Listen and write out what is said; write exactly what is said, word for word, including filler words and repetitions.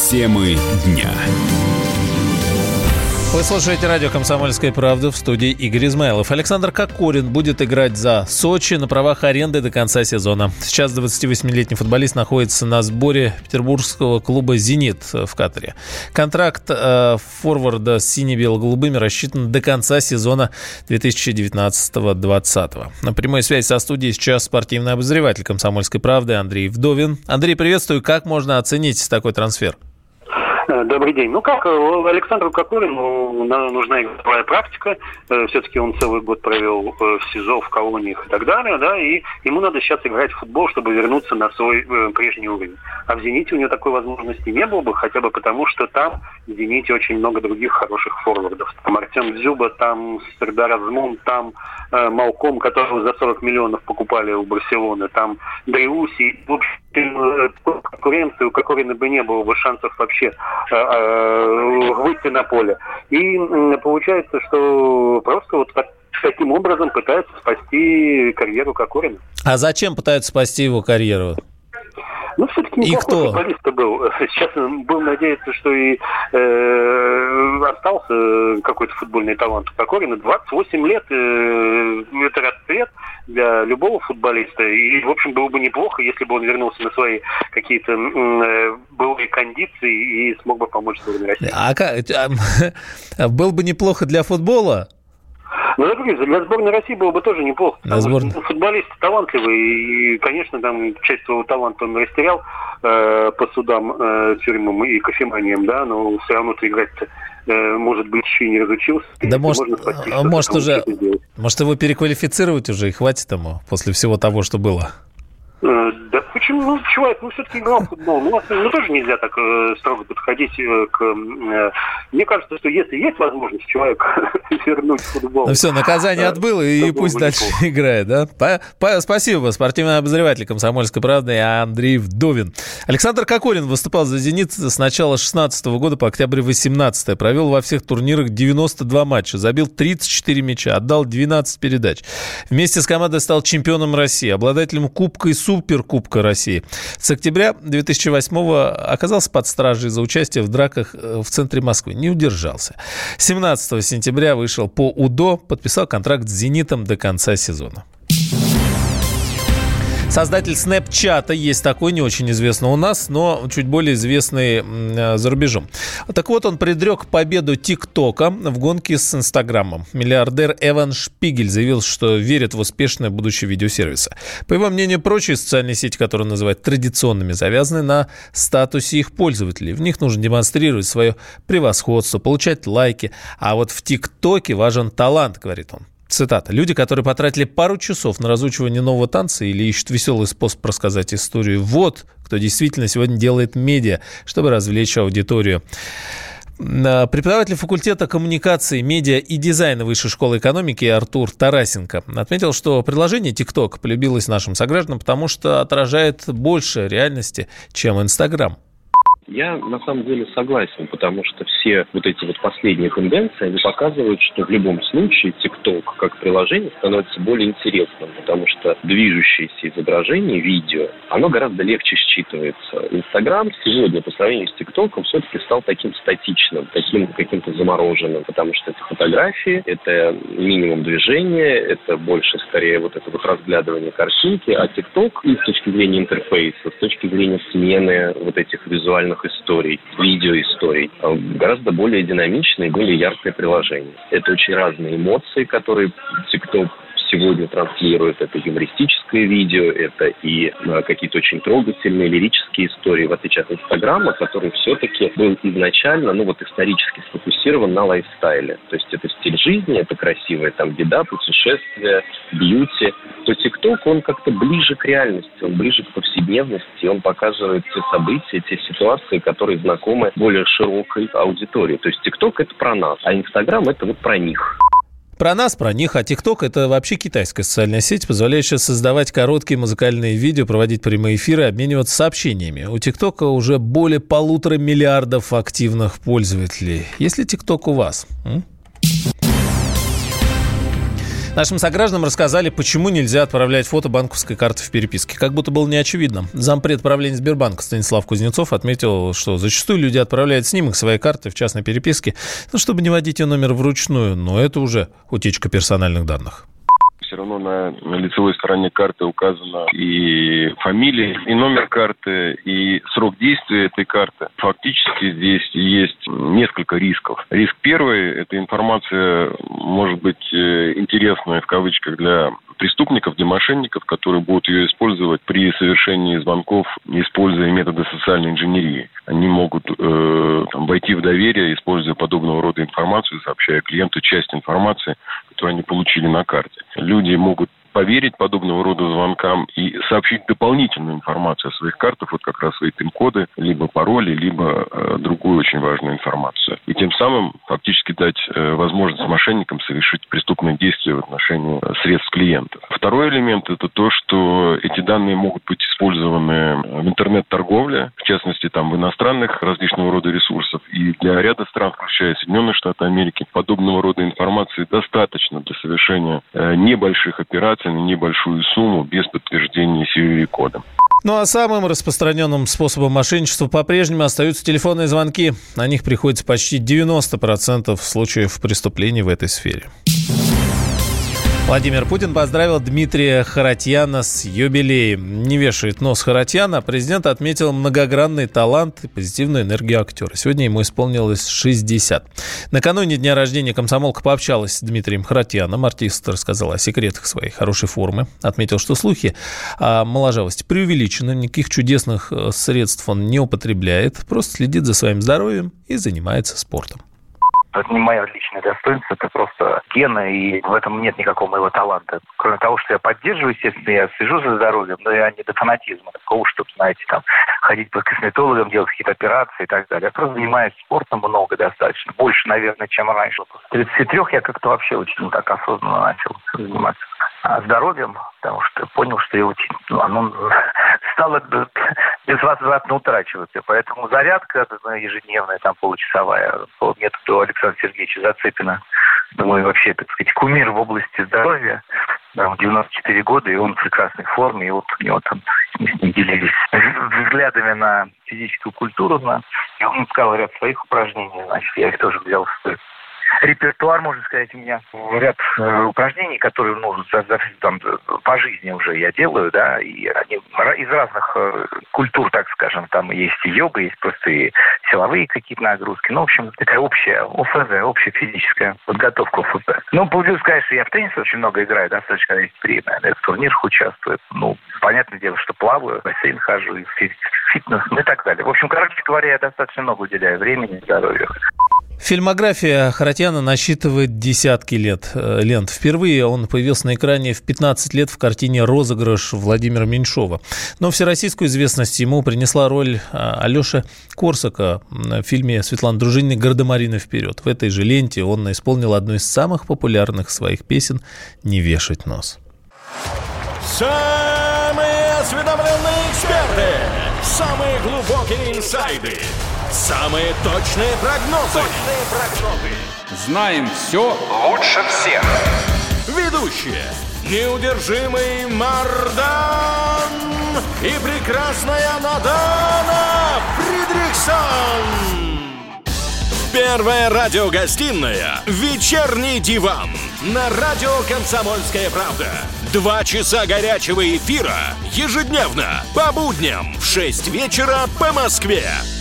Темы дня. Вы слушаете радио «Комсомольская правда», в студии Игорь Измайлов. Александр Кокорин будет играть за Сочи на правах аренды до конца сезона. Сейчас двадцативосьмилетний футболист находится на сборе петербургского клуба «Зенит» в Катаре. Контракт э, форварда с сине-бело-голубыми рассчитан до конца сезона две тысячи девятнадцатого-двадцатого. На прямой связи со студией сейчас спортивный обозреватель «Комсомольской правды» Андрей Вдовин. Андрей, приветствую. Как можно оценить такой трансфер? Добрый день. Ну как, Александру Кокорину нужна игровая практика. Все-таки он целый год провел в СИЗО, в колониях и так далее, да, и ему надо сейчас играть в футбол, чтобы вернуться на свой прежний уровень. А в «Зените» у него такой возможности не было бы, хотя бы потому, что там в «Зените» очень много других хороших форвардов. Там Артем Дзюба, там Сердар Азмун, там э, Малком, которого за сорок миллионов покупали у Барселоны, там Дриуси. В общем, конкуренции у Кокорина бы не было бы шансов вообще выйти на поле. И получается, что просто вот таким образом пытаются спасти карьеру Кокорина. А зачем пытаются спасти его карьеру? Ну, все-таки неплохой футболист был. Сейчас будем надеяться, что и э, остался какой-то футбольный талант у Кокорина. двадцать восемь лет э, это расцвет для любого футболиста. И, в общем, было бы неплохо, если бы он вернулся на свои какие-то э, былые кондиции и смог бы помочь сборной России. А как? А, было бы неплохо для футбола? Ну, я говорю, для сборной России было бы тоже неплохо. Потому сборной... что футболист талантливый, и, конечно, там часть своего таланта он растерял э, по судам, э, тюрьмам и кофеманиям, да, но все равно ты играть-то, э, может быть, еще и не разучился. Да, может, спасти, может уже, может его переквалифицировать уже, и хватит ему после всего того, что было. Да почему? Ну, человек, ну, все-таки играл в футбол. Ну, ну, тоже нельзя так э, строго подходить э, к... Э, мне кажется, что если есть возможность человека вернуть в футбол... Ну, все, наказание э, отбыло, и пусть дальше играет, да? По, по, спасибо. Спортивный обозреватель «Комсомольской правды» Андрей Вдовин. Александр Кокорин выступал за «Зенит» с начала шестнадцатого года по октябрь восемнадцатый. Провел во всех турнирах девяносто два матча, забил тридцать четыре мяча, отдал двенадцать передач. Вместе с командой стал чемпионом России, обладателем Кубка и Суперкубка России. С октября две тысячи восьмого оказался под стражей за участие в драках в центре Москвы. Не удержался. семнадцатого сентября вышел по УДО, подписал контракт с «Зенитом» до конца сезона. Создатель Снэпчата, есть такой, не очень известный у нас, но чуть более известный э, за рубежом. Так вот, он предрек победу ТикТока в гонке с Инстаграмом. Миллиардер Эван Шпигель заявил, что верит в успешное будущее видеосервиса. По его мнению, прочие социальные сети, которые он называет традиционными, завязаны на статусе их пользователей. В них нужно демонстрировать свое превосходство, получать лайки. А вот в ТикТоке важен талант, говорит он. Цитата. «Люди, которые потратили пару часов на разучивание нового танца или ищут веселый способ рассказать историю, вот кто действительно сегодня делает медиа, чтобы развлечь аудиторию». Преподаватель факультета коммуникации, медиа и дизайна Высшей школы экономики Артур Тарасенко отметил, что приложение TikTok полюбилось нашим согражданам, потому что отражает больше реальности, чем Instagram. Я на самом деле согласен, потому что все вот эти вот последние тенденции, они показывают, что в любом случае TikTok как приложение становится более интересным, потому что движущееся изображение, видео, оно гораздо легче считывается. Инстаграм сегодня по сравнению с ТикТоком все-таки стал таким статичным, таким каким-то замороженным, потому что это фотографии, это минимум движения, это больше скорее вот это вот разглядывание картинки, а ТикТок и с точки зрения интерфейса, с точки зрения смены вот этих визуальных историй, видеоисторий, гораздо более динамичное и более яркое приложение. Это очень разные эмоции, которые TikTok сегодня транслирует. Это юмористическое видео, это и э, какие-то очень трогательные лирические истории, в отличие от Инстаграма, который все-таки был изначально, ну вот исторически сфокусирован на лайфстайле. То есть это стиль жизни, это красивая там еда, путешествия, бьюти. То ТикТок, он как-то ближе к реальности, он ближе к повседневности, он показывает те события, те ситуации, которые знакомы более широкой аудитории. То есть ТикТок — это про нас, а Инстаграм — это вот про них. Про нас, про них, а ТикТок – это вообще китайская социальная сеть, позволяющая создавать короткие музыкальные видео, проводить прямые эфиры, обмениваться сообщениями. У ТикТока уже более полутора миллиардов активных пользователей. Есть ли ТикТок у вас? М? Нашим согражданам рассказали, почему нельзя отправлять фото банковской карты в переписке. Как будто было неочевидно. Зампред правления Сбербанка Станислав Кузнецов отметил, что зачастую люди отправляют снимок своей карты в частной переписке, ну, чтобы не вводить ее номер вручную, но это уже утечка персональных данных. Все равно на, на лицевой стороне карты указана и фамилия, и номер карты, и срок действия этой карты. Фактически здесь есть несколько рисков. Риск первый – это информация может быть интересная в кавычках для преступников, для мошенников, которые будут ее использовать при совершении звонков, используя методы социальной инженерии. Они могут э, там, войти в доверие, используя подобного рода информацию, сообщая клиенту часть информации, которую они получили на карте. Люди могут поверить подобного рода звонкам и сообщить дополнительную информацию о своих картах, вот как раз свои пин-коды, либо пароли, либо э, другую очень важную информацию. И тем самым фактически дать э, возможность мошенникам совершить преступные действия в отношении э, средств клиентов. Второй элемент – это то, что эти данные могут быть использованы в интернет-торговле, в частности, там, в иностранных различного рода ресурсов. И для ряда стран, включая Соединенные Штаты Америки, подобного рода информации достаточно для совершения э, небольших операций на небольшую сумму без подтверждения си ви ви-кода. Ну а самым распространенным способом мошенничества по-прежнему остаются телефонные звонки. На них приходится почти девяносто процентов случаев преступлений в этой сфере. Владимир Путин поздравил Дмитрия Харатьяна с юбилеем. Не вешает нос Харатьяна, а президент отметил многогранный талант и позитивную энергию актера. Сегодня ему исполнилось шестьдесят. Накануне дня рождения комсомолка пообщалась с Дмитрием Харатьяном. Артист рассказал о секретах своей хорошей формы. Отметил, что слухи о моложавости преувеличены. Никаких чудесных средств он не употребляет. Просто следит за своим здоровьем и занимается спортом. Это не мое личное достоинство, это просто гены, и в этом нет никакого моего таланта. Кроме того, что я поддерживаю, естественно, я слежу за здоровьем, но я не до фанатизма такого, чтобы, знаете, там, ходить по косметологам, делать какие-то операции и так далее. Я просто занимаюсь спортом много достаточно, больше, наверное, чем раньше. С тридцати трёх я как-то вообще очень так осознанно начал заниматься здоровьем, потому что понял, что я очень, ну, оно стало безвозвратно утрачиваться. Поэтому зарядка ежедневная, там, получасовая, по методу Александра Сергеевича Зацепина, думаю, вообще, так сказать, кумир в области здоровья. Да, девяносто четыре года, и он в прекрасной форме, и вот у него там, мы с ним делились взглядами на физическую культуру, на, и он сказал ряд своих упражнений, значит, я их тоже взял в свой репертуар, можно сказать, у меня ряд э, упражнений, которые, ну, за, за, там, по жизни уже я делаю, да, и они из разных э, культур, так скажем, там есть и йога, есть просто и силовые какие-то нагрузки, ну, в общем, такая общая ОФЗ, общая физическая подготовка ОФЗ. Ну, получилось, конечно, я в теннис очень много играю, достаточно есть время, я в турнирах участвую, ну, понятное дело, что плаваю, в бассейн хожу, и фитнес, ну и так далее. В общем, короче говоря, я достаточно много уделяю времени здоровью. Фильмография Харатьяна насчитывает десятки лет, лент. Впервые он появился на экране в пятнадцать лет в картине «Розыгрыш» Владимира Меньшова. Но всероссийскую известность ему принесла роль Алеши Корсака в фильме Светланы Дружининой «Гардемарины вперед». В этой же ленте он исполнил одну из самых популярных своих песен «Не вешать нос». Самые осведомленные эксперты, самые глубокие инсайды, самые точные прогнозы. Точные прогнозы. Знаем все лучше всех. Ведущие: неудержимый Мардан и прекрасная Надана Фридрихсон. Первая радиогостинная «Вечерний диван» на радио «Комсомольская правда». Два часа горячего эфира ежедневно по будням в шесть вечера по Москве.